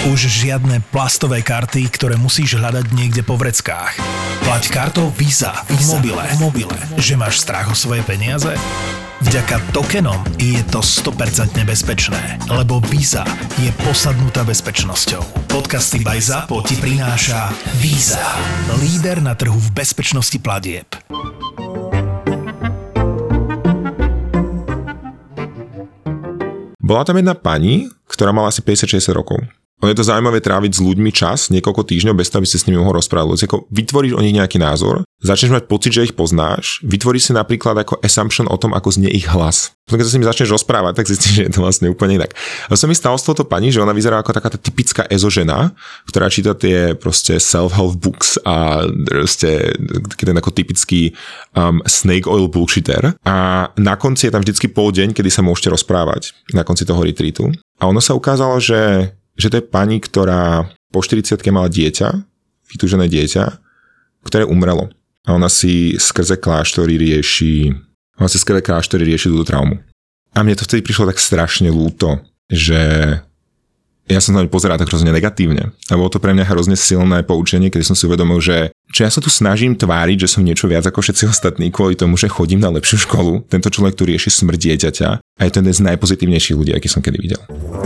Už žiadne plastové karty, ktoré musíš hľadať niekde po vreckách. Plať kartou Visa v mobile. Že máš strach o svoje peniaze? Vďaka tokenom je to 100% bezpečné, lebo Visa je posadnutá bezpečnosťou. Podcasty by ZAPO ti prináša Visa, líder na trhu v bezpečnosti platieb. Bola tam jedna pani, ktorá mala asi 50-60 rokov. Ono je to zaujímavé tráviť s ľuďmi čas, niekoľko týždňov, bez toho, aby si s nimi mohol rozprávať. Ako vytvoríš o nich nejaký názor, začneš mať pocit, že ich poznáš, vytvoríš si napríklad ako assumption o tom, ako znie ich hlas. Keď sa s nimi začneš rozprávať, tak zistíš, že je to vlastne úplne inak. A sa mi stalo s touto pani, že ona vyzerá ako taká tá typická ezo žena, ktorá číta tie proste self-help books a proste ten ako typický snake oil bullshitter. A na konci je tam vždycky pol deň, kedy sa môžete rozprávať na konci toho retreatu. A ono sa ukázalo, že to je pani, ktorá po 40-ke mala dieťa, vytúžené dieťa, ktoré umrelo. A ona si skrze kláštory rieši túto traumu. A mne to vtedy prišlo tak strašne ľúto, že ja som sa na ňu pozeral tak hrozne negatívne. A bolo to pre mňa hrozne silné poučenie, keď som si uvedomil, že ja sa tu snažím tváriť, že som niečo viac ako všetci ostatní kvôli tomu, že chodím na lepšiu školu. Tento človek tu rieši smrť dieťaťa a je to jeden z najpozitívnejších ľudí, aký som kedy videl.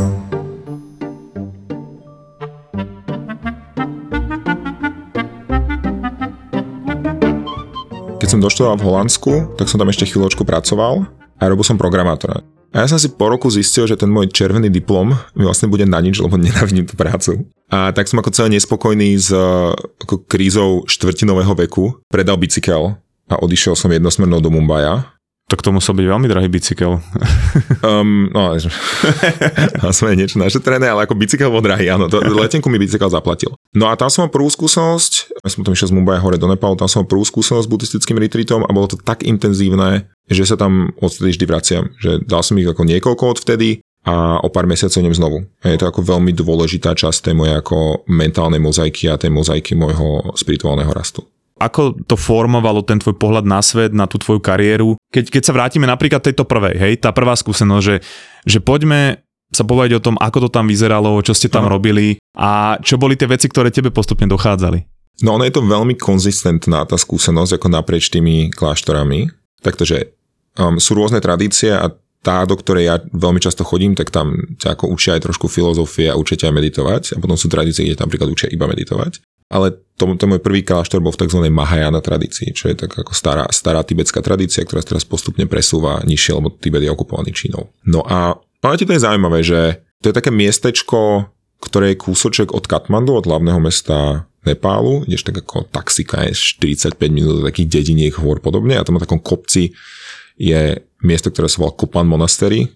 Keď som doštudoval v Holandsku, tak som tam ešte chvíľočku pracoval a robil som programátora. A ja som si po roku zistil, že ten môj červený diplom mi vlastne bude na nič, lebo nenávidím tú prácu. A tak som ako celý nespokojný s ako krízou štvrtinového veku predal bicykel a odišiel som jednosmernou do Mumbaja. Tak to musel byť veľmi drahý bicykel. Som aj niečo našetrené, ale ako bicykel bol drahý, áno. Letenku mi bicykel zaplatil. No a tam som mal prvú skúsenosť, ja som potom išiel z Mumbaja hore do Nepalu, tam som mal prvú skúsenosť s buddhistickým retreatom a bolo to tak intenzívne, že sa tam odtedy vždy vraciam. Že dal som ich ako niekoľko odvtedy a o pár mesiacov idem znovu. A je to ako veľmi dôležitá časť tej mojej ako mentálnej mozaiky a tej mozaiky môjho spirituálneho rastu. Ako to formovalo ten tvoj pohľad na svet, na tú tvoju kariéru? Keď sa vrátime napríklad tejto prvej, hej, tá prvá skúsenosť, že poďme sa povedať o tom, ako to tam vyzeralo, čo ste tam robili a čo boli tie veci, ktoré tebe postupne dochádzali. No ono je to veľmi konzistentná tá skúsenosť ako naprieč tými kláštorami. Takže sú rôzne tradície a tá, do ktorej ja veľmi často chodím, tak tam ťa ako učia aj trošku filozofie a učia ťa meditovať a potom sú tradície, kde tam napríklad učia iba meditovať. Ale to môj prvý kláštor bol v tzv. Mahajana tradícii, čo je tak ako stará tibetská tradícia, ktorá teraz postupne presúva nižšie, lebo Tibet je okupovaný Čínou. No a to je zaujímavé, že to je také miestečko, ktoré je kúsoček od Katmandu, od hlavného mesta Nepálu, ideš tak ako taxika, je 45 minút do takých dediniek, hôr podobne a tam na takom kopci je miesto, ktoré sa volá Kopan Monastery.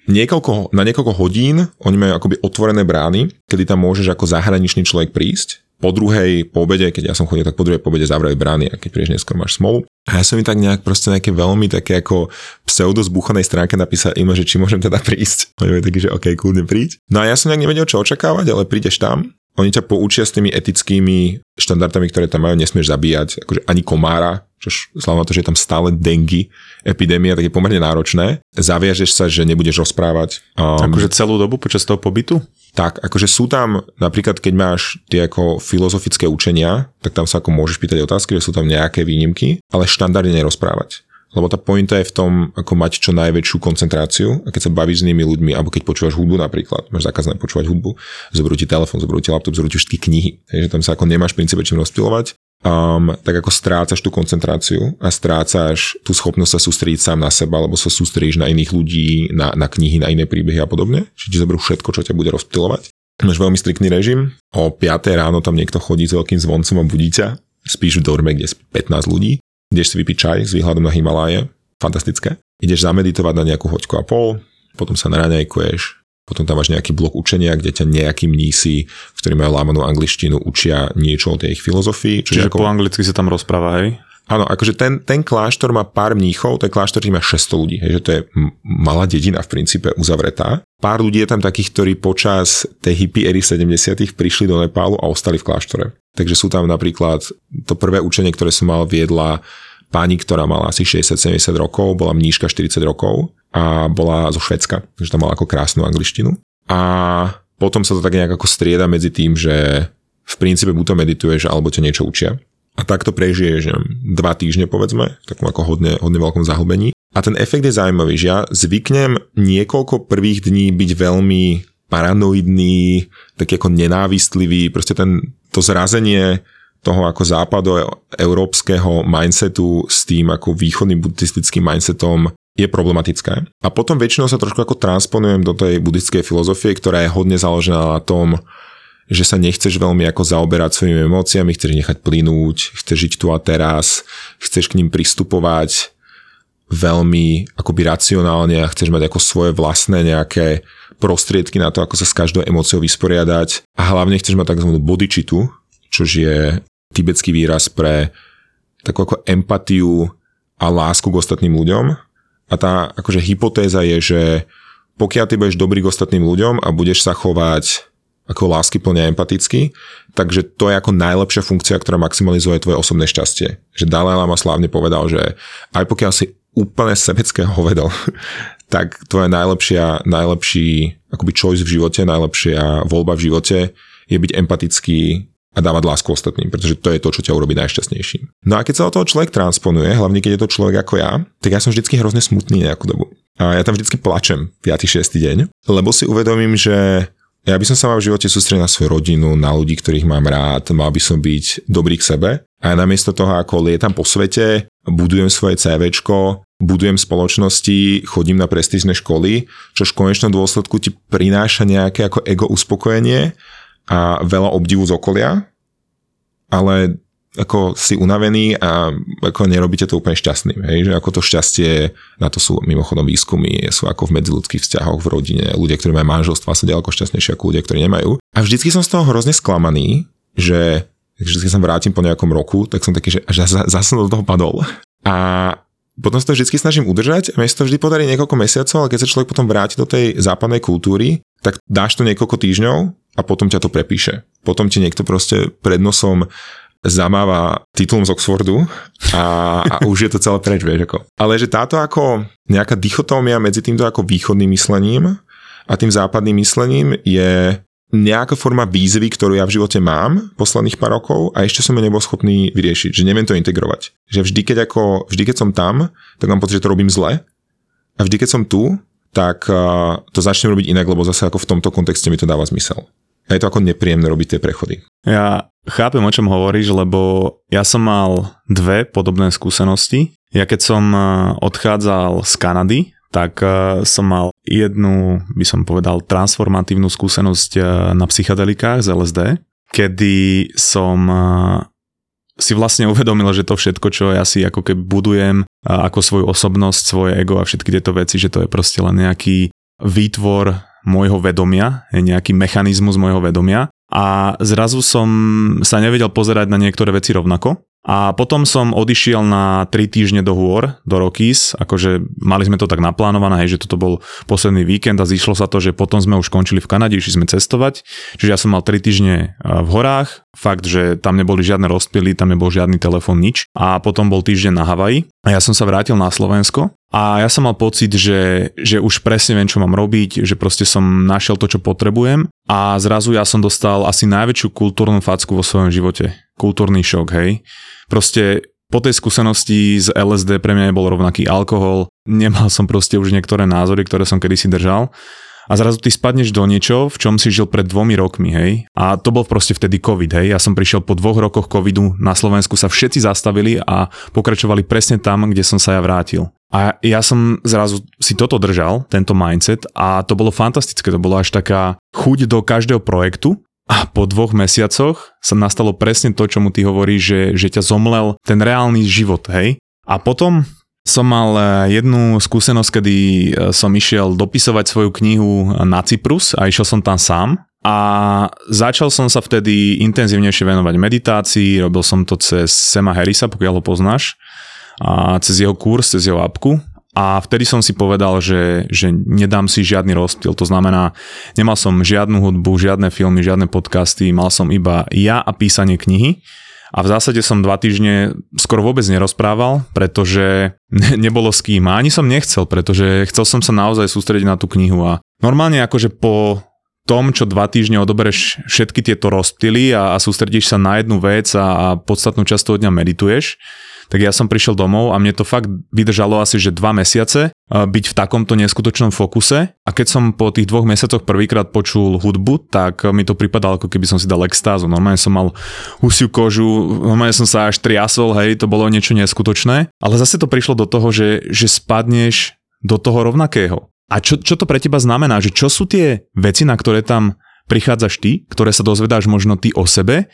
Na niekoľko hodín oni majú akoby otvorené brány, kedy tam môžeš ako zahraničný človek prísť. Po obede, keď ja som chodil, tak po druhej obede zavreli brány a keď prídeš neskôr máš smolu. A ja som mi tak nejak proste nejaké veľmi také ako pseudo zbúchanej stránke napísal im, že či môžem teda prísť. Oni taký, že OK, kľudne príď. No a ja som nejak nevedel, čo očakávať, ale prídeš tam. Oni ťa poučia s tými etickými štandardami, ktoré tam majú, nesmieš zabíjať akože ani komára, čo slavno to, že je tam stále dengue epidémia, tak je pomerne náročné. Zaviažeš sa, že nebudeš rozprávať. Akože celú dobu počas toho pobytu? Tak, akože sú tam, napríklad keď máš tie ako filozofické učenia, tak tam sa ako môžeš pýtať otázky, že sú tam nejaké výnimky, ale štandardne nerozprávať. Lebo tá pointa je v tom, ako mať čo najväčšiu koncentráciu a keď sa bavíš s inými ľuďmi, alebo keď počúvaš hudbu napríklad, máš zakázané počúvať hudbu, zoberú ti telefón, zoberú ti laptop, zoberú ti všetky knihy, takže tam sa ako nemáš v princípe čím rozptylovať, tak ako strácaš tú koncentráciu a strácaš tú schopnosť sa sústrediť sám na seba, alebo sa sústredíš na iných ľudí, na knihy, na iné príbehy a podobne, čiže ti zoberú všetko, čo ťa bude rozptylovať. Máš veľmi striktný režim, o 5 ráno tam niekto chodí s veľkým zvoncom a budí ťa, spíš v dorme, kde je 15 ľudí. Ideš si vypiť čaj s výhľadom na Himaláje, fantastické. Ideš zameditovať na nejakú hoďku a pol, potom sa naraňajkuješ, potom tam máš nejaký blok učenia, kde ťa nejakí mnísi, ktorí majú lámanú angličtinu, učia niečo o tej ich filozofii. Čiže po anglicky sa tam rozpráva, hej? Áno, akože ten kláštor má pár mníchov, ten kláštor má 600 ľudí, hej, že to je malá dedina v princípe uzavretá. Pár ľudí je tam takých, ktorí počas tej hippie éry 70. prišli do Nepálu a ostali v kláštore. Takže sú tam napríklad, to prvé učenie, ktoré som mal, viedla pani, ktorá mala asi 60-70 rokov, bola mníška 40 rokov a bola zo Švédska, takže tam mala ako krásnu angličtinu. A potom sa to tak nejak ako strieda medzi tým, že v princípe buď to medituješ, alebo ťa niečo učia. A takto prežiješ 2 týždne, povedzme, v takom ako hodne veľkom zahlbení. A ten efekt je zaujímavý, že ja zvyknem niekoľko prvých dní byť veľmi paranoidný, taký ako nenávistlivý, proste to zrazenie toho ako západoeurópskeho mindsetu s tým ako východným buddhistickým mindsetom je problematické. A potom väčšinou sa trošku ako transponujem do tej buddhistickej filozofie, ktorá je hodne založená na tom, že sa nechceš veľmi ako zaoberať svojimi emóciami, chceš nechať plynúť, chceš žiť tu a teraz, chceš k ním pristupovať veľmi akoby racionálne a chceš mať ako svoje vlastné nejaké prostriedky na to, ako sa s každou emóciou vysporiadať a hlavne chceš mať tzv. Bodhicitu, čož je tibetský výraz pre takú ako empatiu a lásku k ostatným ľuďom. A tá akože hypotéza je, že pokiaľ ty budeš dobrý k ostatným ľuďom a budeš sa chovať ako láskyplne empaticky, takže to je ako najlepšia funkcia, ktorá maximalizuje tvoje osobné šťastie. Že Dalaj Lama slávne povedal, že aj pokiaľ si úplne sebecké hovedo, tak tvoja najlepší akoby choice v živote, najlepšia voľba v živote je byť empatický a dávať lásku ostatným, pretože to je to, čo ťa urobí najšťastnejším. No a keď sa do toho človek transponuje, hlavne keď je to človek ako ja, tak ja som vždycky hrozne smutný nejakú dobu. A ja tam vždycky plačem 5. 6. deň, lebo si uvedomím, že ja by som sa mal v živote sústrediť na svoju rodinu, na ľudí, ktorých mám rád, mal by som byť dobrý k sebe. A namiesto toho, ako lietam po svete, budujem svoje CVčko, budujem spoločnosti, chodím na prestížne školy, čo v konečnom dôsledku ti prináša nejaké ako ego uspokojenie a veľa obdivu z okolia, ale ako si unavený a ako nerobíte to úplne šťastným. Hej? Že ako to šťastie, na to sú mimochodom výskumy, sú ako v medziľudských vzťahoch, v rodine. Ľudia, ktorí majú manželstva, sú ďaleko šťastnejší ako ľudia, ktorí nemajú. A vždycky som z toho hrozne sklamaný, že vždycky sa vrátim po nejakom roku, tak som taký, že zase som do toho padol. A potom sa to vždycky snažím udržať a mne sa to vždy podarí niekoľko mesiacov, ale keď sa človek potom vráti do tej západnej kultúry, tak dáš to niekoľko týždňov a potom ťa to prepíše. Potom ti niekto proste pred nosom zamáva titulom z Oxfordu a už je to celé preč, vieš ako. Ale že táto ako nejaká dichotómia medzi týmto ako východným myslením a tým západným myslením je nejaká forma výzvy, ktorú ja v živote mám posledných pár rokov a ešte som ju nebol schopný vyriešiť, že neviem to integrovať. Že vždy, keď som tam, tak mám pocit, že to robím zle a vždy, keď som tu, tak to začnem robiť inak, lebo zase ako v tomto kontexte mi to dáva zmysel. A je to ako nepríjemné robiť tie prechody. Ja chápem, o čom hovoríš, lebo ja som mal 2 podobné skúsenosti. Ja keď som odchádzal z Kanady, tak som mal jednu, by som povedal, transformatívnu skúsenosť na psychedelikách z LSD, kedy som si vlastne uvedomil, že to všetko, čo ja si ako keby budujem ako svoju osobnosť, svoje ego a všetky tieto veci, že to je proste len nejaký výtvor môjho vedomia, nejaký mechanizmus môjho vedomia a zrazu som sa nevedel pozerať na niektoré veci rovnako a potom som odišiel na 3 týždne do hôr, do Rockies, akože mali sme to tak naplánované, že toto bol posledný víkend a zišlo sa to, že potom sme už končili v Kanade, išli sme cestovať, čiže ja som mal 3 týždne v horách, fakt, že tam neboli žiadne rozptýly, tam nebol žiadny telefón, nič a potom bol týždeň na Havaji a ja som sa vrátil na Slovensko a ja som mal pocit, že už presne viem, čo mám robiť, že proste som našiel to, čo potrebujem a zrazu ja som dostal asi najväčšiu kultúrnu facku vo svojom živote. Kultúrny šok, hej. Proste po tej skúsenosti z LSD pre mňa nebol rovnaký alkohol, nemal som proste už niektoré názory, ktoré som kedysi držal a zrazu ty spadneš do niečo, v čom si žil pred 2 rokmi, hej. A to bol proste vtedy COVID, hej. Ja som prišiel po 2 rokoch covidu, na Slovensku sa všetci zastavili a pokračovali presne tam, kde som sa ja vrátil. A ja som zrazu si toto držal, tento mindset a to bolo fantastické, to bolo až taká chuť do každého projektu. A po 2 mesiacoch sa nastalo presne to, čo mu ty hovoríš, že ťa zomlel ten reálny život, hej. A potom som mal jednu skúsenosť, kedy som išiel dopisovať svoju knihu na Cyprus a išiel som tam sám. A začal som sa vtedy intenzívnejšie venovať meditácii, robil som to cez Sama Harrisa, pokiaľ ho poznáš, a cez jeho kurz, cez jeho apku. A vtedy som si povedal, že nedám si žiadny rozptyl. To znamená, nemal som žiadnu hudbu, žiadne filmy, žiadne podcasty, mal som iba ja a písanie knihy. A v zásade som 2 týždne skoro vôbec nerozprával, pretože nebolo s kým. A ani som nechcel, pretože chcel som sa naozaj sústrediť na tú knihu. A normálne akože po tom, čo 2 týždne odobereš všetky tieto rozptyly a sústredíš sa na jednu vec a podstatnú časť toho dňa medituješ, tak ja som prišiel domov a mne to fakt vydržalo asi, že 2 mesiace byť v takomto neskutočnom fokuse a keď som po tých 2 mesiacoch prvýkrát počul hudbu, tak mi to pripadalo, ako keby som si dal extázu. Normálne som mal husiu kožu, normálne som sa až triasol, hej, to bolo niečo neskutočné, ale zase to prišlo do toho, že spadneš do toho rovnakého. A čo to pre teba znamená? Že čo sú tie veci, na ktoré tam prichádzaš ty, ktoré sa dozvedáš možno ty o sebe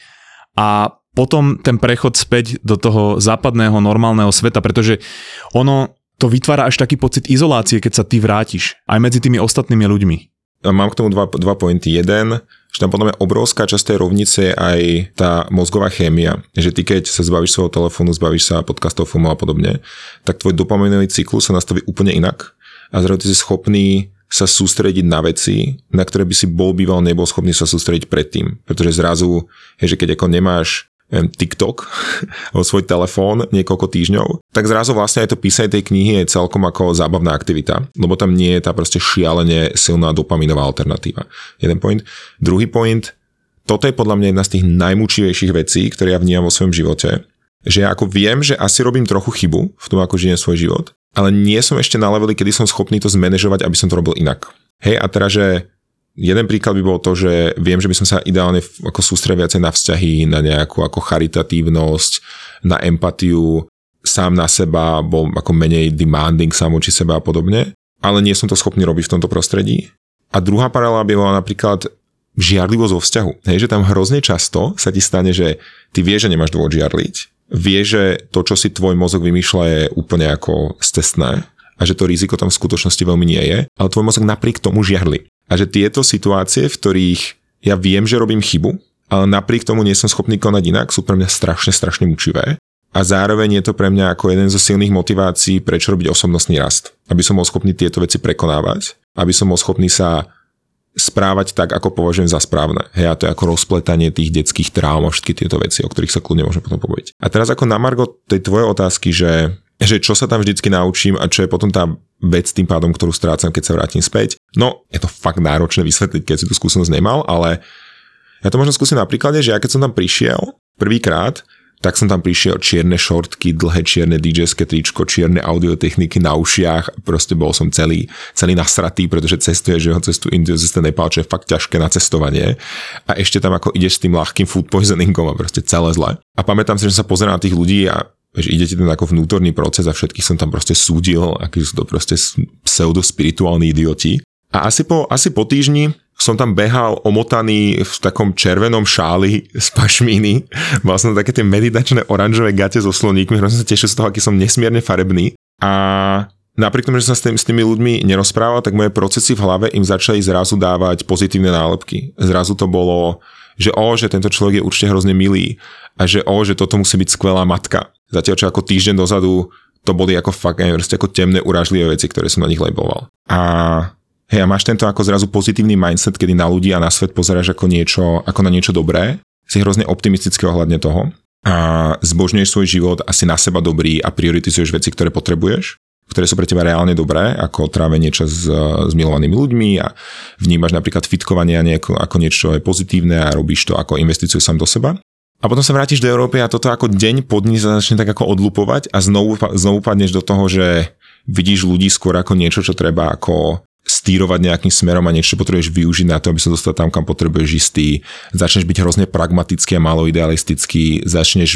a potom ten prechod späť do toho západného normálneho sveta, pretože ono to vytvára až taký pocit izolácie, keď sa ty vrátiš aj medzi tými ostatnými ľuďmi. Mám k tomu dva pointy. Jeden, že tam podľa mňa obrovská časť tej rovnice je aj tá mozgová chémia. Že ty keď sa zbavíš svojho telefónu, zbavíš sa podcastov, filmov a podobne, tak tvoj dopaminový cyklus sa nastaví úplne inak a zrazu ty si schopný sa sústrediť na veci, na ktoré by si býval nebol schopný sa sústrediť predtým. Pretože zrazu, že keď ako nemáš TikTok alebo svoj telefón niekoľko týždňov, tak zrazu vlastne aj to písanie tej knihy je celkom ako zábavná aktivita, lebo tam nie je tá proste šialene silná dopaminová alternatíva. Jeden point. Druhý point, toto je podľa mňa jedna z tých najmučivejších vecí, ktoré ja vnímam vo svojom živote, že ja ako viem, že asi robím trochu chybu v tom, ako žijem svoj život, ale nie som ešte na leveli, kedy som schopný to zmanéžovať, aby som to robil inak. Hej, a teraz, že jeden príklad by bol to, že viem, že by som sa ideálne ako sústredil viacej na vzťahy, na nejakú ako charitatívnosť, na empatiu, sám na seba, bol ako menej demanding sám voči seba a podobne, ale nie som to schopný robiť v tomto prostredí. A druhá paralela by bola napríklad žiarlivosť vo vzťahu. Hej, že tam hrozne často sa ti stane, že ty vieš, že nemáš dôvod žiarliť, vieš, že to, čo si tvoj mozog vymýšľa, je úplne ako scestné a že to riziko tam v skutočnosti veľmi nie je, ale tvoj mozog napriek tomu žiarli. A že tieto situácie, v ktorých ja viem, že robím chybu, ale napriek tomu nie som schopný konať inak, sú pre mňa strašne mučivé. A zároveň je to pre mňa ako jeden zo silných motivácií, prečo robiť osobnostný rast. Aby som bol schopný tieto veci prekonávať, aby som bol schopný sa správať tak, ako považujem za správne. Hej, a to je ako rozpletanie tých detských traum a všetky tieto veci, o ktorých sa kľudne môžeme potom povedať. A teraz ako na margo tej tvojej otázky, že čo sa tam vždycky naučím a čo je potom tá vec tým pádom, ktorú strácam, keď sa vrátim späť. No, je to fakt náročné vysvetliť, keď si tú skúsenosť nemal, ale ja to možno skúsim na príklade, že ja keď som tam prišiel prvýkrát, tak som tam prišiel čierne šortky, dlhé čierne DJ-ské tričko, čierne audiotechniky na ušiach, proste bol som celý nasratý, pretože cestuje, že ho cestu Indiu, cez ten Nepál, čo je fakt ťažké na cestovanie a ešte tam ako ideš s tým ľahkým food poisoningom a proste celé zle. A pamätám si, že som sa pozeral na tých ľudí a že ide ti ten ako vnútorný proces a všetkých som tam proste súdil, akí sú to proste pseudospirituálni idioti. A asi po týždni som tam behal omotaný v takom červenom šáli z pašmíny, vlastne také tie meditačné oranžové gate so sloníkmi, hrozne sa tešil z toho, aký som nesmierne farebný. A napriek tomu, že som s tými ľuďmi nerozprával, tak moje procesy v hlave im začali zrazu dávať pozitívne nálepky. Zrazu to bolo, že tento človek je určite hrozne milý a že toto musí byť skvelá matka. Zatiaľ, čo ako týždeň dozadu to boli ako fakt, ako temné urážlivé veci, ktoré som na nich labeloval. A hej, a máš tento ako zrazu pozitívny mindset, kedy na ľudí a na svet pozeráš ako na niečo dobré, si hrozne optimistický ohľadne toho a zbožňuješ svoj život asi na seba dobrý a prioritizuješ veci, ktoré potrebuješ, ktoré sú pre teba reálne dobré, ako trávenie čas s milovanými ľuďmi a vnímaš napríklad fitkovanie ako niečo je pozitívne a robíš to ako investíciu sám do seba. A potom sa vrátiš do Európy a toto ako deň po dni sa začne tak ako odlupovať a znovu padneš do toho, že vidíš ľudí skôr ako niečo, čo treba ako stýrovať nejakým smerom a niečo potrebuješ využiť na to, aby sa dostal tam, kam potrebuješ istý. Začneš byť hrozne pragmatický a málo idealistický, začneš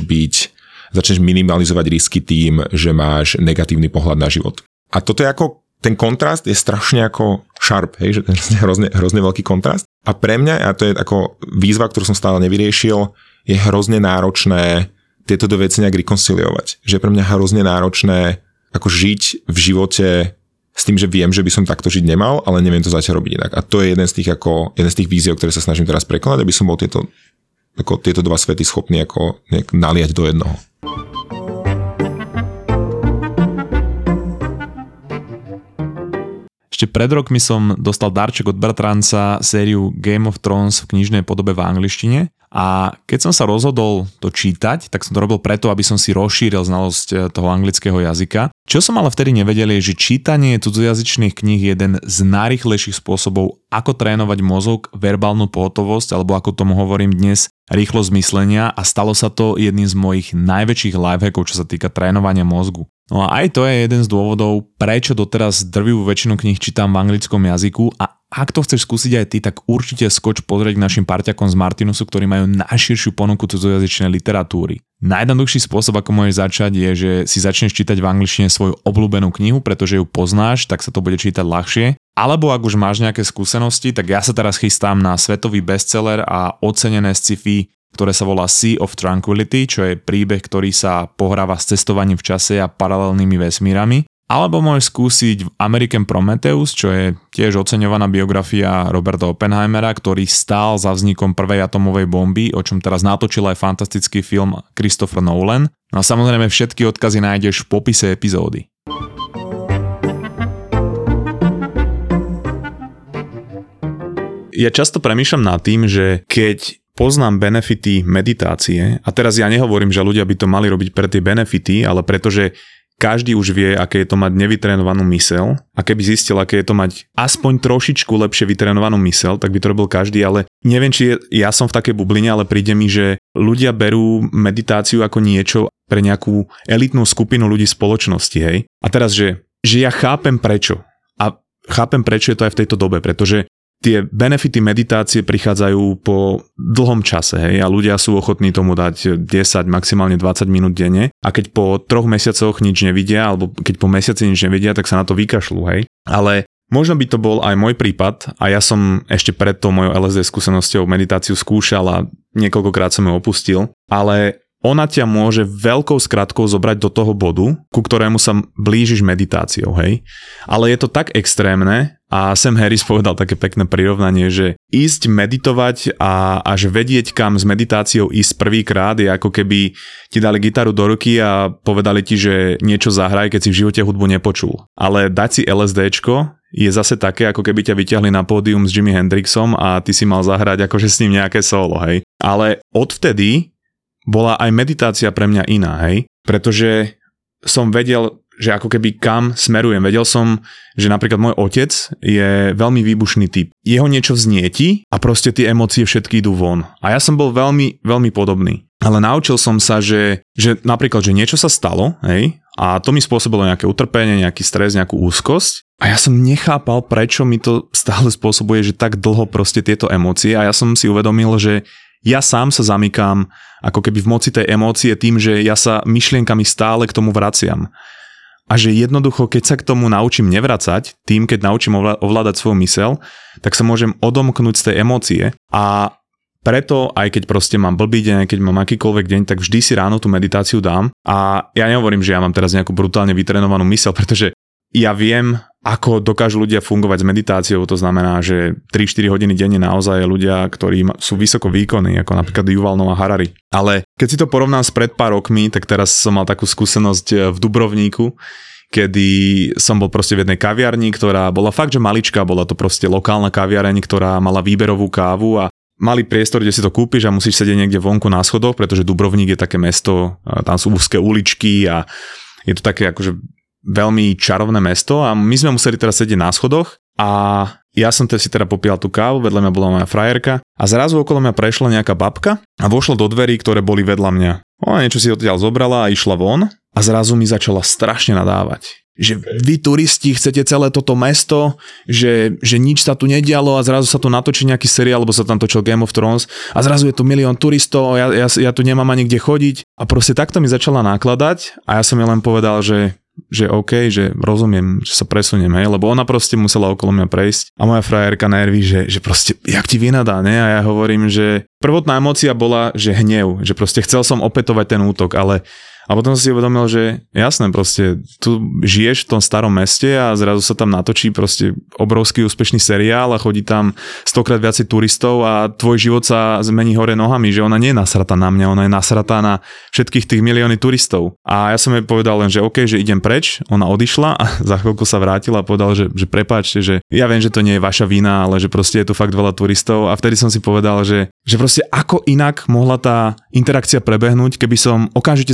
minimalizovať risky tým, že máš negatívny pohľad na život. A toto je ako, ten kontrast je strašne ako sharp, hej, že ten hrozne veľký kontrast. A pre mňa, a to je ako výzva, ktorú som stále nevyriešil, je hrozne náročné tieto dve veci nejak reconciliovať. Že je pre mňa hrozne náročné ako žiť v živote s tým, že viem, že by som takto žiť nemal, ale neviem to zatiaľ robiť inak. A to je jeden z tých víziev, ktoré sa snažím teraz prekonať, aby som bol tieto dva svety schopný ako nejak naliať do jednoho. Ešte pred rokmi som dostal darček od bratranca sériu Game of Thrones v knižnej podobe v angličtine a keď som sa rozhodol to čítať, tak som to robil preto, aby som si rozšíril znalosť toho anglického jazyka. Čo som ale vtedy nevedel je, že čítanie cudzojazyčných kníh je jeden z najrýchlejších spôsobov, ako trénovať mozog, verbálnu pohotovosť, alebo ako tomu hovorím dnes, rýchlosť myslenia a stalo sa to jedným z mojich najväčších lifehackov, čo sa týka trénovania mozgu. No a aj to je jeden z dôvodov, prečo doteraz drvivú väčšinu kníh čítam v anglickom jazyku a ak to chceš skúsiť aj ty, tak určite skoč pozrieť k našim parťakom z Martinusu, ktorí majú najširšiu ponuku cudzojazyčnej literatúry. Najjednoduchší spôsob, ako môžeš začať, je, že si začneš čítať v angličtine svoju obľúbenú knihu, pretože ju poznáš, tak sa to bude čítať ľahšie. Alebo ak už máš nejaké skúsenosti, tak ja sa teraz chystám na svetový bestseller a ocenené sci-fi, ktoré sa volá Sea of Tranquility, čo je príbeh, ktorý sa pohráva s cestovaním v čase a paralelnými vesmírami. Alebo môžeš skúsiť American Prometheus, čo je tiež oceňovaná biografia Roberta Oppenheimera, ktorý stál za vznikom prvej atomovej bomby, o čom teraz natočil aj fantastický film Christopher Nolan. No a samozrejme všetky odkazy nájdeš v popise epizódy. Ja často premýšľam nad tým, že keď poznám benefity meditácie, a teraz ja nehovorím, že ľudia by to mali robiť pre tie benefity, ale pretože každý už vie, aké je to mať nevytrénovanú myseľ a keby zistil, aké je to mať aspoň trošičku lepšie vytrénovanú myseľ, tak by to robil každý, ale neviem, či ja som v takej bubline, ale príde mi, že ľudia berú meditáciu ako niečo pre nejakú elitnú skupinu ľudí spoločnosti, hej. A teraz, že ja chápem prečo. A chápem prečo je to aj v tejto dobe, pretože tie benefity meditácie prichádzajú po dlhom čase, hej, a ľudia sú ochotní tomu dať 10, maximálne 20 minút denne a keď po 3 mesiacoch nič nevidia, alebo keď po mesiaci nič nevidia, tak sa na to vykašľú, hej. Ale možno by to bol aj môj prípad a ja som ešte pred tou mojou LSD skúsenosťou meditáciu skúšal a niekoľkokrát som ju opustil, ale ona ťa môže veľkou skratkou zobrať do toho bodu, ku ktorému sa blížiš meditáciou, hej. Ale je to tak extrémne a Sam Harris povedal také pekné prirovnanie, že ísť meditovať a až vedieť, kam s meditáciou ísť prvýkrát je ako keby ti dali gitaru do ruky a povedali ti, že niečo zahraj, keď si v živote hudbu nepočul. Ale dať si LSDčko je zase také, ako keby ťa vyťahli na pódium s Jimi Hendrixom a ty si mal zahrať akože s ním nejaké solo, hej. Ale odvtedy bola aj meditácia pre mňa iná, hej, pretože som vedel, že ako keby kam smerujem. Vedel som, že napríklad môj otec je veľmi výbušný typ. Jeho niečo vznieti a proste tie emócie všetky idú von. A ja som bol veľmi, veľmi podobný. Ale naučil som sa, že napríklad, že niečo sa stalo, hej, a to mi spôsobilo nejaké utrpenie, nejaký stres, nejakú úzkosť. A ja som nechápal, prečo mi to stále spôsobuje, že tak dlho proste tieto emócie. A ja som si uvedomil, že ja sám sa zamykám ako keby v moci tej emócie tým, že ja sa myšlienkami stále k tomu vraciam. A že jednoducho, keď sa k tomu naučím nevracať, tým, keď naučím ovládať svoju myseľ, tak sa môžem odomknúť z tej emócie. A preto, aj keď proste mám blbý deň, keď mám akýkoľvek deň, tak vždy si ráno tú meditáciu dám. A ja nehovorím, že ja mám teraz nejakú brutálne vytrenovanú myseľ, pretože ja viem, ako dokážu ľudia fungovať s meditáciou, to znamená, že 3-4 hodiny denne naozaj ľudia, ktorí sú vysoko výkonní, ako napríklad Yuval Noah Harari. Ale keď si to porovnám s pred pár rokmi, tak teraz som mal takú skúsenosť v Dubrovníku, kedy som bol proste v jednej kaviarni, ktorá bola fakt, že maličká, bola to proste lokálna kaviareň, ktorá mala výberovú kávu a malý priestor, kde si to kúpiš a musíš sedieť niekde vonku na schodoch, pretože Dubrovník je také mesto, tam sú úzke uličky a je to také akože veľmi čarovné mesto a my sme museli teraz sedieť na schodoch a ja som si teda popíjal tú kávu, vedľa mňa bola moja frajerka a zrazu okolo mňa prešla nejaká babka a vošla do dverí, ktoré boli vedľa mňa. Ona niečo si odtiaľ zobrala a išla von a zrazu mi začala strašne nadávať. Že vy turisti chcete celé toto mesto, že nič sa tu nedialo a zrazu sa tu natočí nejaký seriál, alebo sa tam točil Game of Thrones a zrazu je tu 1 000 000 turistov a ja tu nemám ani kde chodiť. A proste takto mi začala nakladať a ja som jej len povedal, že OK, že rozumiem, že sa presuniem, hej, lebo ona proste musela okolo mňa prejsť a moja frajerka nerví, že proste, jak ti vynadá, ne? A ja hovorím, že prvotná emócia bola, že hnev, že proste chcel som opätovať ten útok, ale a potom som si uvedomil, že jasné, proste tu žiješ v tom starom meste a zrazu sa tam natočí proste obrovský úspešný seriál a chodí tam 100-krát viacej turistov a tvoj život sa zmení hore nohami, že ona nie je nasratá na mňa, ona je nasratá na všetkých tých milióny turistov. A ja som jej povedal len, že OK, že idem preč, ona odišla a za chvíľku sa vrátila a povedal, že prepáčte, že ja viem, že to nie je vaša vina, ale že proste je tu fakt veľa turistov a vtedy som si povedal, že proste ako inak mohla tá interakcia prebehnúť, keby som okamžite zaútočil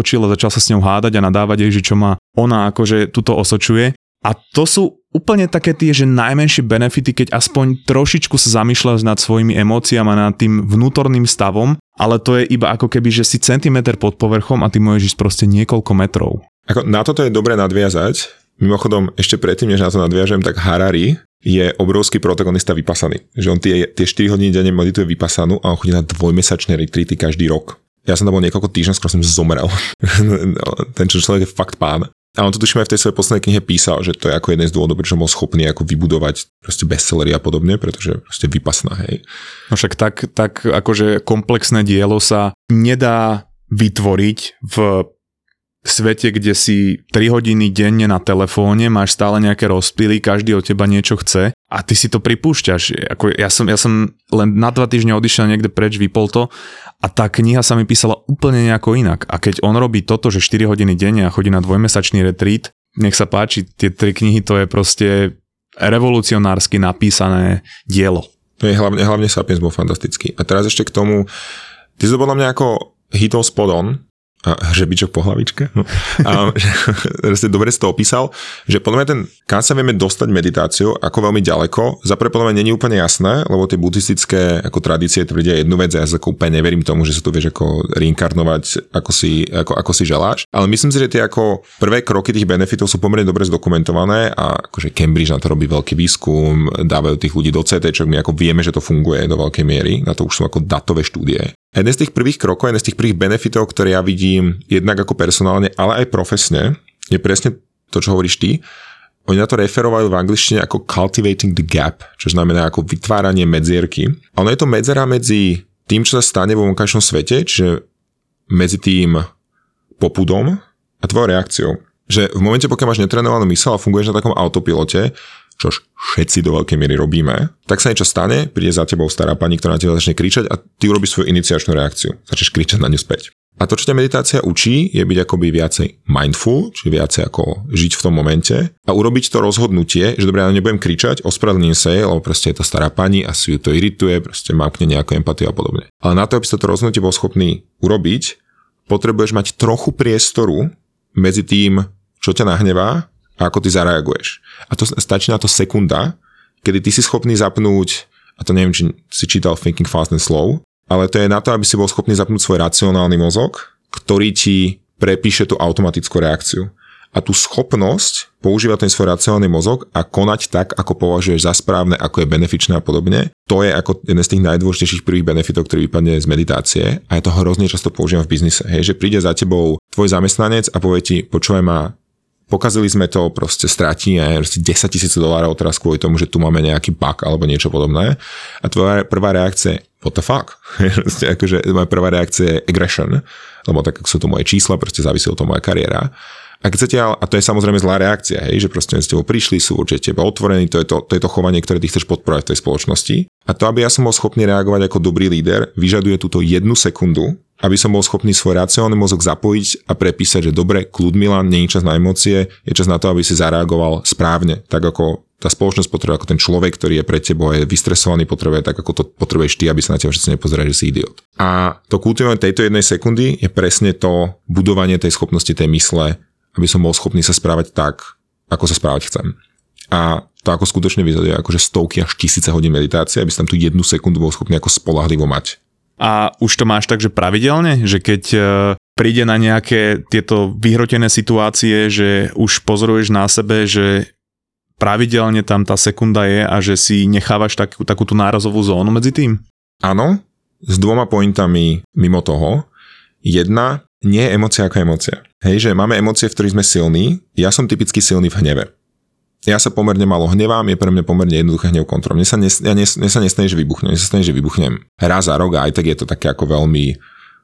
otočil a začal sa s ňou hádať a nadávať jej, že čo ma ona akože tuto osočuje. A to sú úplne také tie, že najmenšie benefity, keď aspoň trošičku sa zamýšľaš nad svojimi emóciami a nad tým vnútorným stavom, ale to je iba ako keby, že si centimeter pod povrchom a ty môžeš ísť proste niekoľko metrov. Ako na toto je dobre nadviazať. Mimochodom, ešte predtým, než na to nadviažem, tak Harari je obrovský protagonista Vipassany. Že on tie 4 hodiny denne medituje Vipassanu a on chodí na 2-mesačné retreaty každý rok. Ja som tam bol niekoľko týždňov, skoro som zomrel. Ten človek je fakt pán. A on to tuším aj v tej svojej poslednej knihe písal, že to je ako jeden z dôvodov, prečo bol schopný ako vybudovať proste bestsellery a podobne, pretože proste Vipassana, hej. No však tak akože komplexné dielo sa nedá vytvoriť v svete, kde si 3 hodiny denne na telefóne, máš stále nejaké rozptýly, každý od teba niečo chce a ty si to pripúšťaš. Ako ja som len na 2 týždne odišiel niekde preč, vypol to a tá kniha sa mi písala úplne nejako inak. A keď on robí toto, že 4 hodiny denne a chodí na 2-mesačný retreat, nech sa páči, tie 3 knihy to je proste revolucionársky napísané dielo. Hlavne Sapiens bol fantastický. A teraz ešte k tomu, ty si to podľa mňa ako hitol spot on, a hřebičok po hlavičke. Dobre si to opísal, že podľa mňa kam sa vieme dostať meditáciou, ako veľmi ďaleko, zaprvé podľa mňa nie je úplne jasné, lebo tie buddhistické ako tradície tvrdia jednu vec a ja sa úplne neverím tomu, že sa to vieš ako reinkarnovať, ako si želáš. Ale myslím si, že tie ako prvé kroky tých benefitov sú pomerne dobre zdokumentované a akože Cambridge na to robí veľký výskum, dávajú tých ľudí do CT, my ako vieme, že to funguje do veľkej miery, na to už sú ako datové štúdie. A jeden z tých prvých krokov, jeden z tých prvých benefitov, ktoré ja vidím jednak ako personálne, ale aj profesne, je presne to, čo hovoríš ty. Oni na to referovali v angličtine ako cultivating the gap, čo znamená ako vytváranie medzierky. A ono je to medzera medzi tým, čo sa stane vo vonkajšom svete, čiže medzi tým popudom a tvojou reakciou. Že v momente, pokiaľ máš netrenovanú myseľ a funguješ na takom autopilote, čož všetci do veľkej miery robíme, tak sa niečo stane, príde za tebou stará pani, ktorá na teba začne kričať a ty urobíš svoju iniciačnú reakciu. Začneš kričať na ňu späť. A to, čo ťa meditácia učí, je byť akoby viacej mindful, čiže viacej ako žiť v tom momente a urobiť to rozhodnutie, že dobre, ja nebudem kričať, ospravedlním sa jej, lebo proste je to stará pani a si ju to irituje, proste mákne nejakú empatiu a podobne. Ale na to, aby si to rozhodnutie bol schopný urobiť, potrebuješ mať trochu priestoru medzi tým, čo ťa nahnevá a ako ty zareaguješ. A to stačí na to sekunda, kedy ty si schopný zapnúť, a to neviem, či si čítal Thinking Fast and Slow, ale to je na to, aby si bol schopný zapnúť svoj racionálny mozog, ktorý ti prepíše tú automatickú reakciu. A tú schopnosť používať ten svoj racionálny mozog a konať tak, ako považuješ za správne, ako je benefičné a podobne, to je ako jeden z tých najdôležitejších prvých benefitov, ktorý vypadne z meditácie a ja to hrozne často používam v biznise. Hej, že príde za tebou tvoj zamestnanec a povie ti, počúvaj ma, pokazili sme to, proste stratíme $10,000 teraz kvôli tomu, že tu máme nejaký bug alebo niečo podobné. A tvoja prvá reakcia je what the fuck? Akože moja prvá reakcia je aggression, lebo tak sú to moje čísla, proste závisí od toho moja kariéra. A to je samozrejme zlá reakcia, hej, že proste s tebou prišli, sú určite teba otvorení, to je to chovanie, ktoré ty chceš podporovať v tej spoločnosti. A to, aby ja som bol schopný reagovať ako dobrý líder, vyžaduje túto 1 sekundu, aby som bol schopný svoj racionálny mozog zapojiť a prepísať, že dobre, kľud Milan, nie je čas na emócie, je čas na to, aby si zareagoval správne, tak ako tá spoločnosť potrebuje, ako ten človek, ktorý je pre teba, je vystresovaný, potrebuje tak, ako to potrebuješ ty, aby sa na teba všetci nepozerali, že si idiot. A to kultivovanie tejto 1 sekundy je presne to budovanie tej schopnosti tej mysle, aby som bol schopný sa správať tak, ako sa správať chcem. A to ako skutočne vyžaduje akože stovky až tisíce hodín meditácie, aby si tam tú 1 sekundu bol schopný ako spoľahlivo mať. A už to máš tak, že pravidelne? Že keď príde na nejaké tieto vyhrotené situácie, že už pozoruješ na sebe, že pravidelne tam tá sekunda je a že si nechávaš takú tú nárazovú zónu medzi tým? Áno, s 2 pointami mimo toho. 1, nie je emócia ako emócia. Hej, že máme emócie, v ktorých sme silní. Ja som typicky silný v hneve. Ja sa pomerne malo hnevám, je pre mňa pomerne jednoduché hnev kontrol. Mne sa nestane, že vybuchnem. Mne sa stane, že vybuchnem raz za rok a aj tak je to také ako veľmi,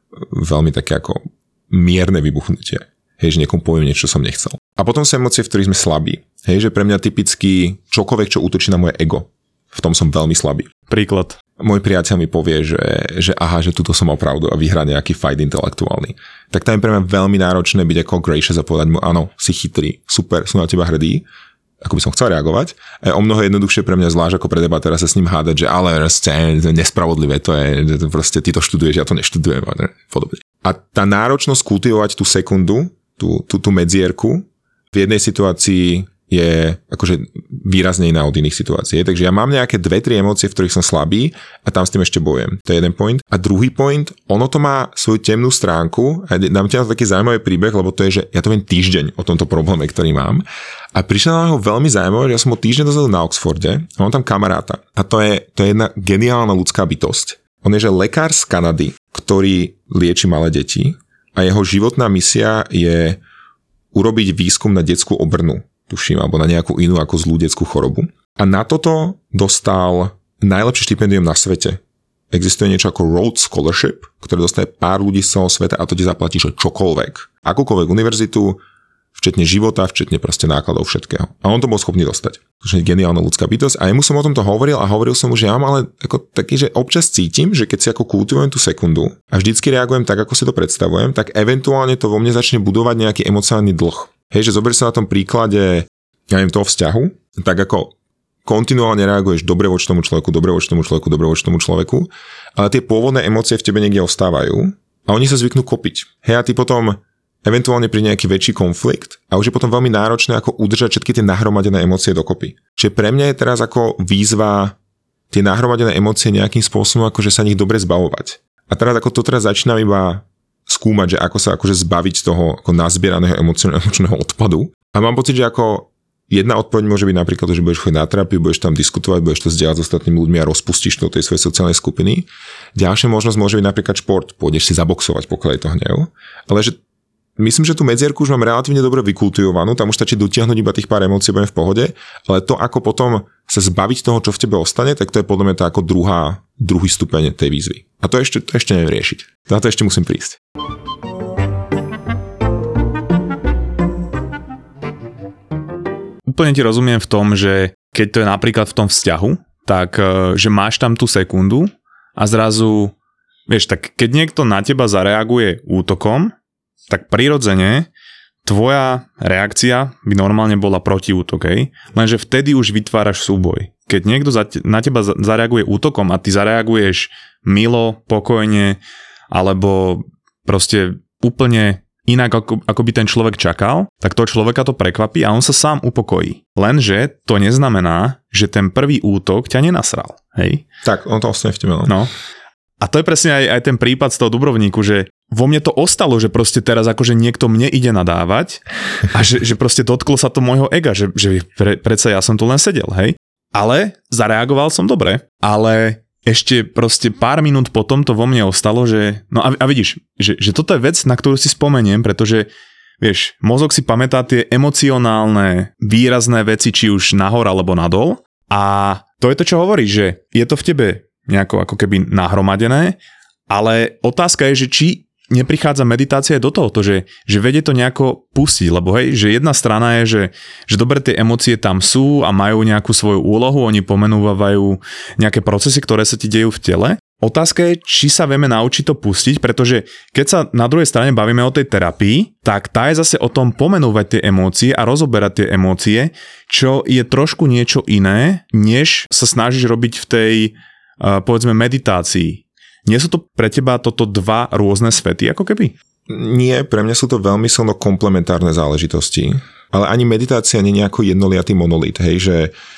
veľmi také ako mierne vybuchnutie. Hej, že niekomu poviem niečo, čo som nechcel. A potom sú emócie, v ktorých sme slabí. Hej, že pre mňa typicky čokoľvek, čo útočí na moje ego. V tom som veľmi slabý. Príklad. Môj priateľ mi povie, že aha, že tuto som mal pravdu a vyhrá nejaký fight intelektuálny. Tak tam je pre mňa veľmi náročné byť ako gracious a povedať mu, áno, si chytrý, super, som na teba hrdý. Ako by som chcel reagovať. A je o mnoho jednoduchšie pre mňa zvlášť ako pre debatéra sa s ním hádať, že ale nespravodlivé to je, že proste ty to študuješ, ja to neštudujem a podobne. A tá náročnosť kultivovať tú sekundu, tú medzierku v jednej situácii je akože výrazne iná od iných situácií. Takže ja mám nejaké 2-3 emócie, v ktorých som slabý a tam s tým ešte bojujem. To je jeden point. A druhý point, ono to má svoju temnú stránku a dám ti na to taký zaujímavý príbeh, lebo to je, že ja to viem týždeň o tomto probléme, ktorý mám. A prišiel na ho veľmi zaujímavé, že ja som ho týždeň dozadu na Oxforde a mám tam kamaráta. A to je jedna geniálna ľudská bytosť. On je, že lekár z Kanady, ktorý lieči malé deti a jeho životná misia je urobiť výskum na detskú obrnu, tuším, alebo na nejakú inú ako zlú detskú chorobu. A na toto dostal najlepšie štipendium na svete. Existuje niečo ako Rhodes Scholarship, ktoré dostane pár ľudí z celého sveta a to ti zaplatí, že čokoľvek. Akúkoľvek univerzitu, včetne života, včetne proste nákladov všetkého. A on to bol schopný dostať. To je geniálna ľudská bytosť. A jemu som o tomto hovoril a hovoril som mu, že ja mám ale ako taký, že občas cítim, že keď si ako kultivujem tú sekundu a vždycky reagujem tak, ako si to predstavujem, tak eventuálne to vo mne začne budovať nejaký emocionálny dlh. Hej, že zober sa na tom príklade, ja neviem, toho vzťahu, tak ako kontinuálne reaguješ dobre voči tomu človeku, dobre voči tomu človeku, dobre voči tomu človeku, ale tie pôvodné emócie v tebe niekde ostávajú a oni sa zvyknú kopiť. Hej, a ty potom eventuálne pri nejaký väčší konflikt a už je potom veľmi náročné ako udržať všetky tie nahromadené emócie dokopy. Čiže pre mňa je teraz ako výzva tie nahromadené emócie nejakým spôsobom akože sa nich dobre zbavovať. A teraz ako to teraz začínam iba skúmať, že ako sa akože zbaviť toho ako nazbieraného emočného odpadu. A mám pocit, že ako jedna odpoveď môže byť napríklad, že budeš chodiť na terapiu, budeš tam diskutovať, budeš to zdieľať s ostatnými ľuďmi a rozpustíš to tej svojej sociálnej skupiny. Ďalšia možnosť môže byť napríklad šport, pôjdeš si zaboxovať, pokiaľ je to hnev. Ale že myslím, že tú medzierku už mám relatívne dobre vykultivovanú, tam už stačí dotiahnuť iba tých pár emócií, budem v pohode, ale to ako potom sa zbaviť toho, čo v tebe ostane, tak to je podľa mňa tá ako druhý stupeň tej výzvy. A to ešte neviem riešiť. Na to ešte musím prísť. Úplne ti rozumiem v tom, že keď to je napríklad v tom vzťahu, tak že máš tam tú sekundu a zrazu, vieš, tak keď niekto na teba zareaguje útokom, tak prirodzene tvoja reakcia by normálne bola protiútok, lenže vtedy už vytváraš súboj. Keď niekto na teba zareaguje útokom a ty zareaguješ milo, pokojne, alebo proste úplne inak, ako by ten človek čakal, tak toho človeka to prekvapí a on sa sám upokojí. Lenže to neznamená, že ten prvý útok ťa nenasral, hej? Tak, on to ostane v tebe. No. A to je presne aj ten prípad z toho Dubrovníku, že vo mne to ostalo, že proste teraz akože niekto mne ide nadávať a že proste dotklo sa to môjho ega, že predsa ja som tu len sedel, hej? Ale zareagoval som dobre, ale ešte proste pár minút potom to vo mne ostalo, že no a vidíš, že toto je vec, na ktorú si spomeniem, pretože vieš, mozog si pamätá tie emocionálne, výrazné veci, či už nahor alebo nadol a to je to, čo hovoríš, že je to v tebe nejako ako keby nahromadené, ale otázka je, že či neprichádza meditácia do tohoto, že vedie to nejako pustiť, lebo hej, že jedna strana je, že dobre tie emócie tam sú a majú nejakú svoju úlohu, oni pomenúvajú nejaké procesy, ktoré sa ti dejú v tele. Otázka je, či sa vieme naučiť to pustiť, pretože keď sa na druhej strane bavíme o tej terapii, tak tá je zase o tom pomenúvať tie emócie a rozoberať tie emócie, čo je trošku niečo iné, než sa snažíš robiť v tej povedzme meditácii. Nie sú to pre teba toto dva rôzne svety, ako keby? Nie, pre mňa sú to veľmi silno komplementárne záležitosti. Ale ani meditácia nie je nejako jednoliatý monolit, hej, že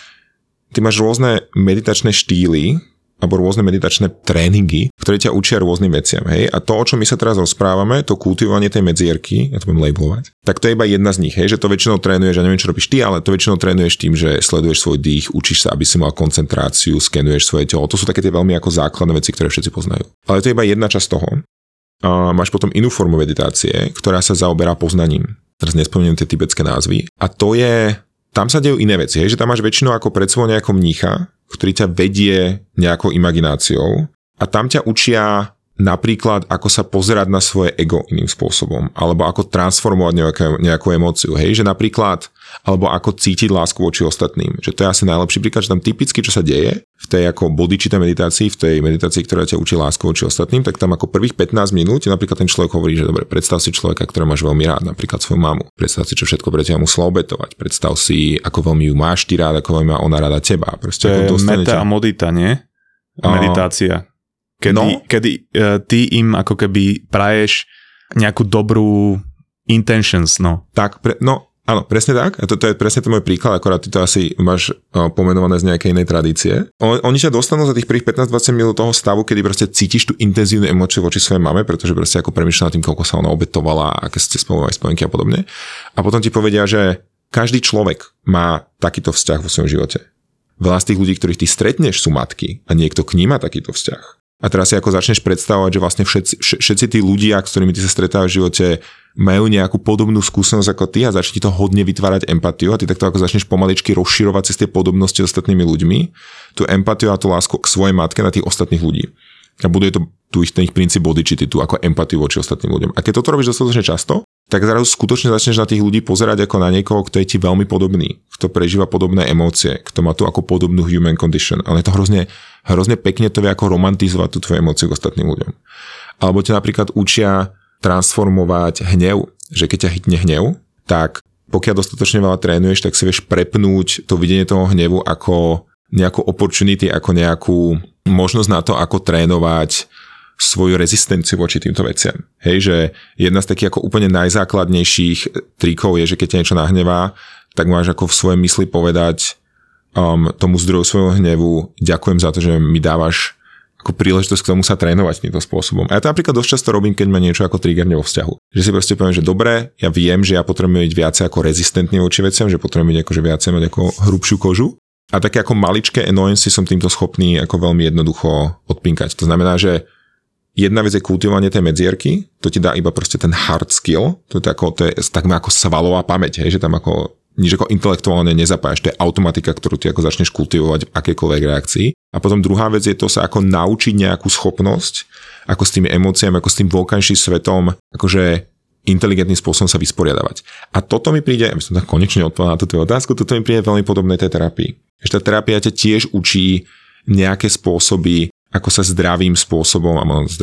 ty máš rôzne meditačné štýly alebo rôzne meditačné tréningy, ktoré ťa učia rôznym veciam, hej. A to, o čom my sa teraz rozprávame, to kultivovanie tej medzierky, ja to budem labelovať, tak to je iba jedna z nich, hej, že to väčšinou trénuješ, ja neviem, čo robíš ty, ale to väčšinou trénuješ tým, že sleduješ svoj dých, učíš sa, aby si mal koncentráciu, skenuješ svoje telo. To sú také tie veľmi ako základné veci, ktoré všetci poznajú. Ale to je iba jedna časť toho. A máš potom inú formu meditácie, ktorá sa zaoberá poznaním. Teraz nespomínam tie tibetské názvy. A to je, tam sa dejú iné veci, hej, že tam máš väčšinou ako pred sebou nejakého mnícha, ktorý ťa vedie nejakou imagináciou a tam ťa učia napríklad, ako sa pozerať na svoje ego iným spôsobom, alebo ako transformovať nejakú emóciu, hej, že napríklad, alebo ako cítiť lásku voči ostatným, že to je asi najlepší príklad, že tam typicky, čo sa deje v tej ako bodhicitta meditácii, v tej meditácii, ktorá ťa učí lásku voči ostatným, tak tam ako prvých 15 minút napríklad ten človek hovorí, že dobre, predstav si človeka, ktorého máš veľmi rád, napríklad svoju mamu, predstav si, čo všetko pre teba musela obetovať, predstav si, ako veľmi ju máš ty rád, ako veľmi má ona rada teba. Proste to je meta a modita, nie? Meditácia. kedy ty im ako keby praješ nejakú dobrú intentions, no. Tak, áno, presne tak. A to je presne ten môj príklad, akorát ty to asi máš pomenované z nejakej inej tradície. Oni ťa dostanú za tých prvých 15-20 minút toho stavu, kedy proste cítiš tú intenzívnu emóciu voči svojej mame, pretože proste ako premýšľa nad tým, koľko sa ona obetovala, aké ste spolu mali spomienky a podobne. A potom ti povedia, že každý človek má takýto vzťah vo svojom živote. Veľa z tých ľudí, ktorých ty stretneš, sú matky a niekto k ním má takýto vzťah. A teraz si ako začneš predstavovať, že vlastne všetci tí ľudia, s ktorými ty sa stretávaš v živote, majú nejakú podobnú skúsenosť ako ty a začne ti to hodne vytvárať empatiu a ty takto ako začneš pomaličky rozširovať cez tie podobnosti s ostatnými ľuďmi, tú empatiu a tú lásku k svojej matke na tých ostatných ľudí. A buduje to ten ich princíp bodhicitti, tú ako empatiu voči ostatným ľuďom. A keď toto robíš dostatočne často, tak zrazu skutočne začneš na tých ľudí pozerať ako na niekoho, kto je ti veľmi podobný, kto prežíva podobné emócie, kto má tu ako podobnú human condition. Ale je to hrozne pekne to vie ako romantizovať tú tvoju emóciu k ostatným ľuďom. Alebo ťa napríklad učia transformovať hnev, že keď ťa chytne hnev, tak pokiaľ dostatočne veľa trénuješ, tak si vieš prepnúť to videnie toho hnevu ako nejakú opportunity, ako nejakú možnosť na to, ako trénovať svoju rezistenciu voči týmto veciam. Hej, že jedna z takých ako úplne najzákladnejších trikov je, že keď ťa niečo nahnevá, tak máš ako v svojej mysli povedať tomu zdroju svojho hnevu, ďakujem za to, že mi dávaš ako príležitosť k tomu sa trénovať týmto spôsobom. A ja to napríklad dosť často robím, keď ma niečo ako triggerne vo vzťahu. Že si proste poviem, že dobre, ja viem, že ja potrebujem byť viacej ako rezistentný voči veciam, že potrebujem byť akože viacej mať ako hrubšiu kožu. A také ako maličké annoyancy som týmto schopný ako veľmi jednoducho odpinkať. To znamená, že jedna vec je kultivovanie tej medzierky, to ti dá iba proste ten hard skill, to je takmer ako svalová pamäť, hej, že tam ako nič ako intelektuálne nezapájaš, to je automatika, ktorú ty ako začneš kultivovať v akejkoľvek reakcii. A potom druhá vec je to sa ako naučiť nejakú schopnosť, ako s tými emóciami, ako s tým vonkajším svetom, akože inteligentným spôsobom sa vysporiadavať. A toto mi príde, aby som tak konečne odpovedal na túto otázku, toto mi príde veľmi podobné tej terapii. Že tá terapia ťa tiež učí nejaké spôsoby, ako sa zdravým spôsobom,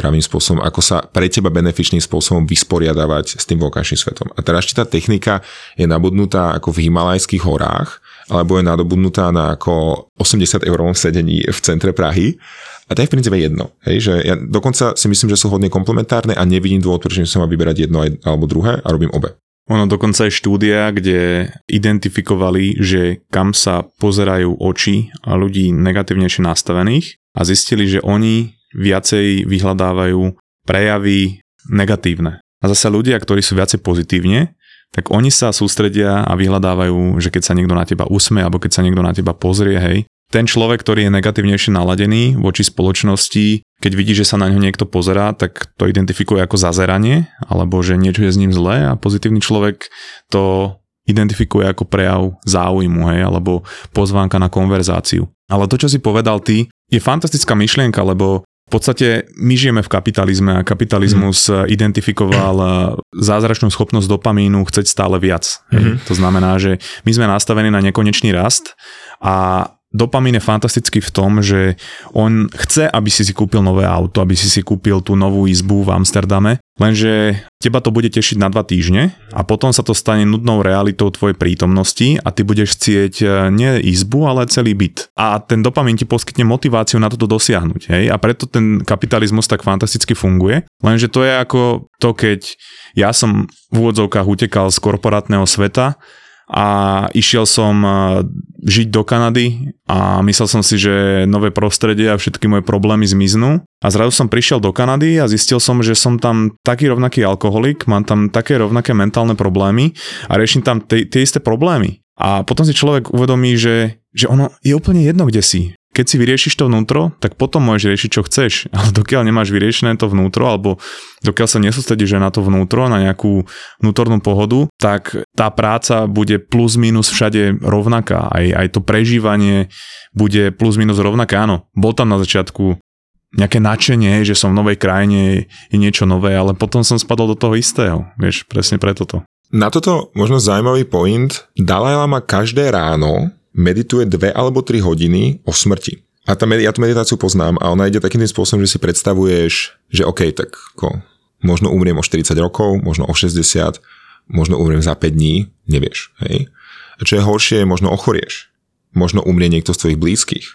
ako sa pre teba benefičným spôsobom vysporiadavať s tým vonkajším svetom. A teraz či tá technika je nabudnutá ako v Himalajských horách, alebo je nadobudnutá na ako 80-eurovom sedení v centre Prahy. A to je v princípe jedno. Hej? Že ja dokonca si myslím, že sú hodne komplementárne a nevidím dôvod, prečo som mal vyberať jedno alebo druhé a robím obe. Ono dokonca je štúdia, kde identifikovali, že kam sa pozerajú oči a ľudí negatívnejšie nastavených a zistili, že oni viacej vyhľadávajú prejavy negatívne. A zase ľudia, ktorí sú viacej pozitívne, tak oni sa sústredia a vyhľadávajú, že keď sa niekto na teba usmie alebo keď sa niekto na teba pozrie, hej, ten človek, ktorý je negatívnejšie naladený voči spoločnosti, keď vidí, že sa na ňo niekto pozerá, tak to identifikuje ako zazeranie, alebo že niečo je s ním zlé a pozitívny človek to identifikuje ako prejav záujmu, hej, alebo pozvánka na konverzáciu. Ale to, čo si povedal ty, je fantastická myšlienka, lebo v podstate my žijeme v kapitalizme a kapitalizmus identifikoval zázračnú schopnosť dopamínu chceť stále viac. Hej. To znamená, že my sme nastavení na nekonečný rast a dopamín je fantastický v tom, že on chce, aby si kúpil nové auto, aby si kúpil tú novú izbu v Amsterdame, lenže teba to bude tešiť na 2 týždne a potom sa to stane nudnou realitou tvojej prítomnosti a ty budeš chcieť nie izbu, ale celý byt. A ten dopamín ti poskytne motiváciu na toto dosiahnuť. Hej? A preto ten kapitalizmus tak fantasticky funguje, lenže to je ako to, keď ja som v úvodzovkách utekal z korporátneho sveta a išiel som žiť do Kanady a myslel som si, že nové prostredie a všetky moje problémy zmiznú. A zrazu som prišiel do Kanady a zistil som, že som tam taký rovnaký alkoholik, mám tam také rovnaké mentálne problémy a riešim tam tie isté problémy. A potom si človek uvedomí, že ono je úplne jedno, kde si. Keď si vyriešiš to vnútro, tak potom môžeš riešiť, čo chceš. Ale dokiaľ nemáš vyriešené to vnútro, alebo dokiaľ sa nesústredíš na to vnútro, na nejakú vnútornú pohodu, tak tá práca bude plus minus všade rovnaká. Aj to prežívanie bude plus minus rovnaké. Áno, bol tam na začiatku nejaké nadšenie, že som v novej krajine, je niečo nové, ale potom som spadol do toho istého. Vieš, presne preto to. Na toto možno zaujímavý point. Dalaj Lama každé ráno medituje 2 alebo 3 hodiny o smrti. A ja tú meditáciu poznám a ona ide takým spôsobom, že si predstavuješ, že OK, tak možno umriem o 40 rokov, možno o 60, možno umriem za 5 dní, nevieš. Hej? A čo je horšie, možno ochorieš. Možno umrie niekto z tvojich blízkych.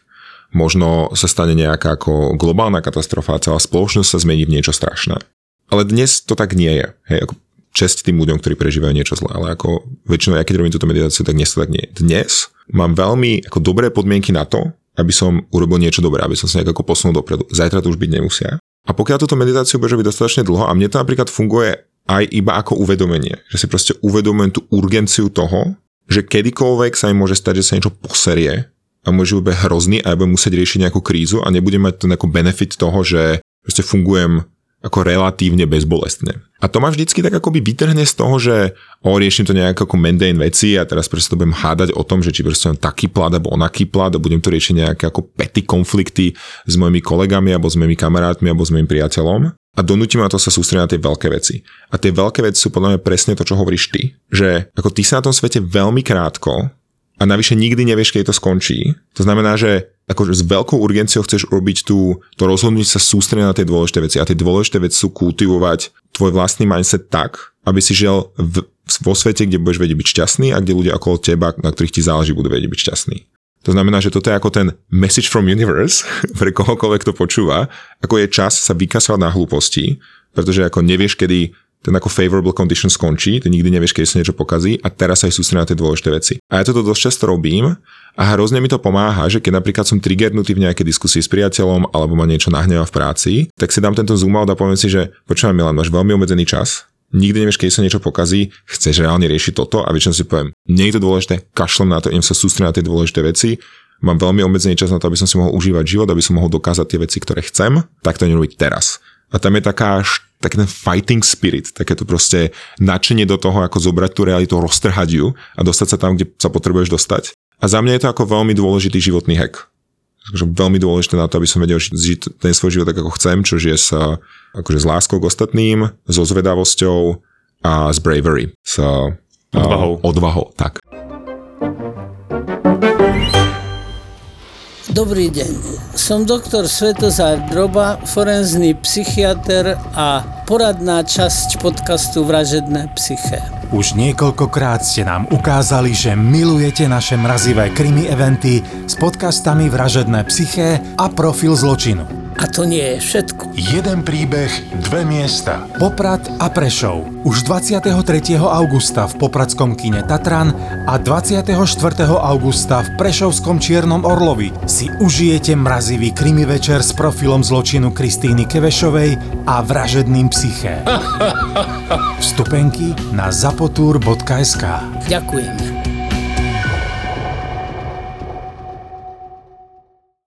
možno sa stane nejaká ako globálna katastrofa a celá spoločnosť sa zmení v niečo strašné. Ale dnes to tak nie je. Hej, ako česť tým ľuďom, ktorí prežívajú niečo zlé, ale ako väčšinou, ja keď robím túto meditáciu, tak dnes to tak nie je. Dnes mám veľmi ako dobré podmienky na to, aby som urobil niečo dobré, aby som sa nejak ako posunul dopredu. Zajtra to už byť nemusia. A pokiaľ túto meditáciu budeš robiť dostatočne dlho, a mne to napríklad funguje aj iba ako uvedomenie, že si proste uvedomujem tú urgenciu toho, že kedykoľvek sa mi môže stať, že sa niečo poserie a môže byť hrozný a ja budem musieť riešiť nejakú krízu a nebudem mať ten ako benefit toho, že proste fungujem ako relatívne bezbolestne. A to ma vždycky tak akoby vytrhne z toho, že riešim to nejak ako mundane veci a teraz proste to budem hádať o tom, že či proste mám taký plat alebo onaký plat a budem to riešiť nejaké ako petty konflikty s mojimi kolegami alebo s mojimi kamarátmi alebo s mojim priateľom a donúti ma to sa sústrediť na tie veľké veci. A tie veľké veci sú podľa mňa presne to, čo hovoríš ty, že ako ty sa na tom svete veľmi krátko a navyše nikdy nevieš, keď to skončí. To znamená, že akože s veľkou urgenciou chceš robiť to rozhodnutie sa sústrediť na tie dôležité veci. A tie dôležité veci sú kultivovať tvoj vlastný mindset tak, aby si žil vo svete, kde budeš vedieť byť šťastný a kde ľudia okolo teba, na ktorých ti záleží, budú vedieť byť šťastní. To znamená, že toto je ako ten message from universe pre kohokoľvek to počúva, ako je čas sa vykasovať na hlúposti, pretože ako nevieš, kedy ten ako favorable condition skončí, ty nikdy nevieš, keď sa niečo pokazí a teraz sa aj sústredím na tie dôležité veci. A ja toto dosť často robím a hrozne mi to pomáha, že keď napríklad som triggernutý v nejakej diskusii s priateľom alebo ma niečo nahneva v práci, tak si dám tento zoom out a poviem si, že počúvaj Milan, máš veľmi obmedzený čas, nikdy nevieš, keď sa niečo pokazí, chceš reálne riešiť toto a väčšinou si poviem, nie je to dôležité, kašlem na to, idem sa sústrediť na tie dôležité veci. Mám veľmi obmedzený čas na to, aby som si mohol užívať život, aby som mohol dokázať tie veci, ktoré chcem, tak to nerobiť teraz. A tam je taký ten fighting spirit, také to proste nadšenie do toho, ako zobrať tú realitu, roztrhať ju a dostať sa tam, kde sa potrebuješ dostať. A za mňa je to ako veľmi dôležitý životný hack. Takže veľmi dôležité na to, aby som vedel žiť ten svoj život tak, ako chcem, čo žije sa akože s láskou k ostatným, so zvedavosťou a s bravery. S odvahou, tak. Dobrý deň, som doktor Svetozár Droba, forenzný psychiater a poradná časť podcastu Vražedné psyché. Už niekoľkokrát ste nám ukázali, že milujete naše mrazivé krimi eventy s podcastami Vražedné psyché a Profil zločinu. A to nie je všetko. Jeden príbeh, dve miesta. Poprad a Prešov. Už 23. augusta v popradskom kine Tatran a 24. augusta v prešovskom Čiernom Orlovi si užijete mrazivý krimi večer s Profilom zločinu Kristýny Kevešovej a Vražedným psyché. Vstupenky na zapotur.sk. Ďakujeme.